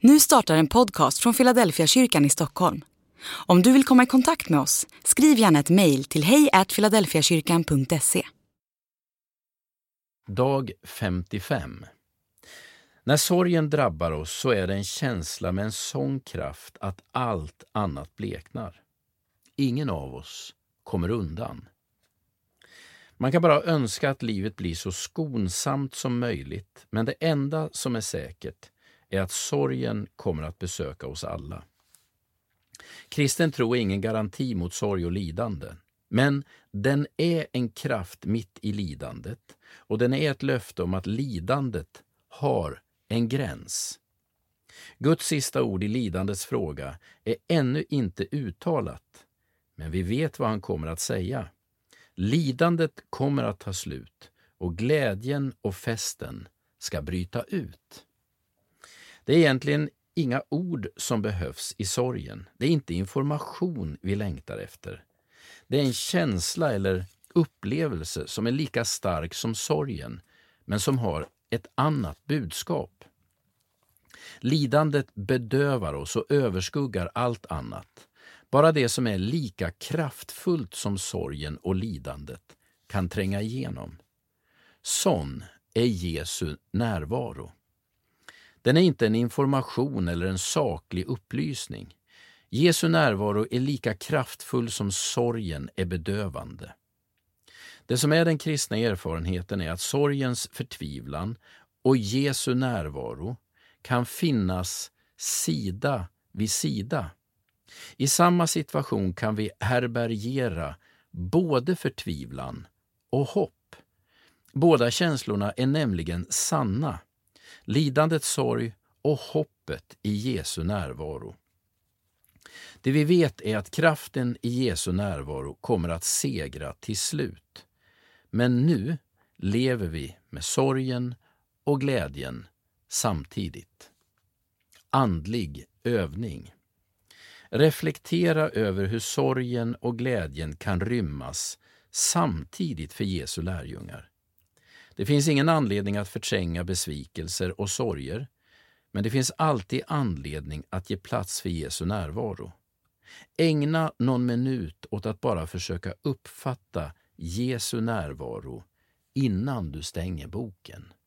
Nu startar en podcast från Philadelphia kyrkan i Stockholm. Om du vill komma i kontakt med oss, skriv gärna ett mejl till hej@philadelphiakyrkan.se. Dag 55. När sorgen drabbar oss så är det en känsla med en sån kraft att allt annat bleknar. Ingen av oss kommer undan. Man kan bara önska att livet blir så skonsamt som möjligt, men det enda som är säkert är att sorgen kommer att besöka oss alla. Kristen tro är ingen garanti mot sorg och lidande, men den är en kraft mitt i lidandet, och den är ett löfte om att lidandet har en gräns. Guds sista ord i lidandets fråga är ännu inte uttalat, men vi vet vad han kommer att säga. Lidandet kommer att ta slut och glädjen och festen ska bryta ut. Det är egentligen inga ord som behövs i sorgen. Det är inte information vi längtar efter. Det är en känsla eller upplevelse som är lika stark som sorgen, men som har ett annat budskap. Lidandet bedövar oss och överskuggar allt annat. Bara det som är lika kraftfullt som sorgen och lidandet kan tränga igenom. Sån är Jesu närvaro. Den är inte en information eller en saklig upplysning. Jesu närvaro är lika kraftfull som sorgen är bedövande. Det som är den kristna erfarenheten är att sorgens förtvivlan och Jesu närvaro kan finnas sida vid sida. I samma situation kan vi härbärgera både förtvivlan och hopp. Båda känslorna är nämligen sanna. Lidandets sorg och hoppet i Jesu närvaro. Det vi vet är att kraften i Jesu närvaro kommer att segra till slut. Men nu lever vi med sorgen och glädjen samtidigt. Andlig övning. Reflektera över hur sorgen och glädjen kan rymmas samtidigt för Jesu lärjungar. Det finns ingen anledning att förtränga besvikelser och sorger, men det finns alltid anledning att ge plats för Jesu närvaro. Ägna någon minut åt att bara försöka uppfatta Jesu närvaro innan du stänger boken.